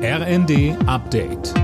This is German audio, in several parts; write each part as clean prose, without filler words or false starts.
RND Update.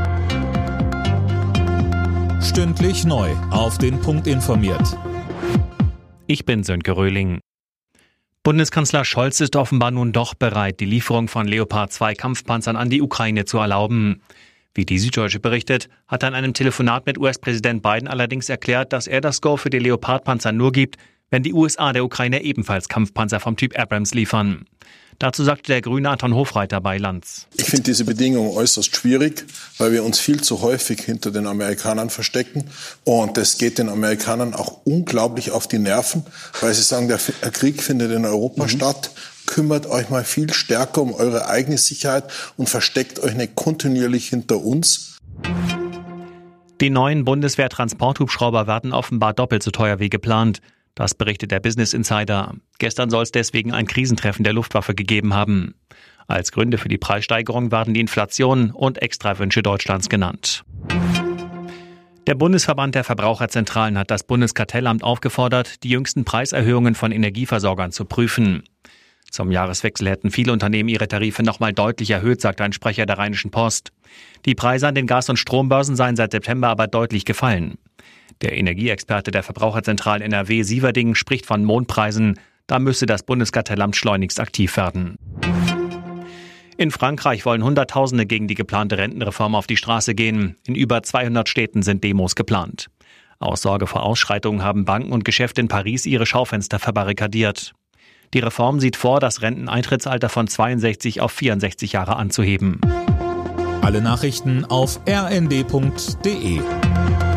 Stündlich neu auf den Punkt informiert. Ich bin Sönke Röhling. Bundeskanzler Scholz ist offenbar nun doch bereit, die Lieferung von Leopard 2 Kampfpanzern an die Ukraine zu erlauben. Wie die Süddeutsche berichtet, hat er in einem Telefonat mit US-Präsident Biden allerdings erklärt, dass er das Go für die Leopard-Panzer nur gibt, wenn die USA der Ukraine ebenfalls Kampfpanzer vom Typ Abrams liefern. Dazu sagte der Grüne Anton Hofreiter bei Lanz. Ich finde diese Bedingungen äußerst schwierig, weil wir uns viel zu häufig hinter den Amerikanern verstecken. Und das geht den Amerikanern auch unglaublich auf die Nerven, weil sie sagen, der Krieg findet in Europa statt. Kümmert euch mal viel stärker um eure eigene Sicherheit und versteckt euch nicht kontinuierlich hinter uns. Die neuen Bundeswehr-Transporthubschrauber werden offenbar doppelt so teuer wie geplant. Das berichtet der Business Insider. Gestern soll es deswegen ein Krisentreffen der Luftwaffe gegeben haben. Als Gründe für die Preissteigerung werden die Inflation und Extrawünsche Deutschlands genannt. Der Bundesverband der Verbraucherzentralen hat das Bundeskartellamt aufgefordert, die jüngsten Preiserhöhungen von Energieversorgern zu prüfen. Zum Jahreswechsel hätten viele Unternehmen ihre Tarife nochmal deutlich erhöht, sagt ein Sprecher der Rheinischen Post. Die Preise an den Gas- und Strombörsen seien seit September aber deutlich gefallen. Der Energieexperte der Verbraucherzentralen NRW Sieverding spricht von Mondpreisen. Da müsse das Bundeskartellamt schleunigst aktiv werden. In Frankreich wollen Hunderttausende gegen die geplante Rentenreform auf die Straße gehen. In über 200 Städten sind Demos geplant. Aus Sorge vor Ausschreitungen haben Banken und Geschäfte in Paris ihre Schaufenster verbarrikadiert. Die Reform sieht vor, das Renteneintrittsalter von 62 auf 64 Jahre anzuheben. Alle Nachrichten auf rnd.de.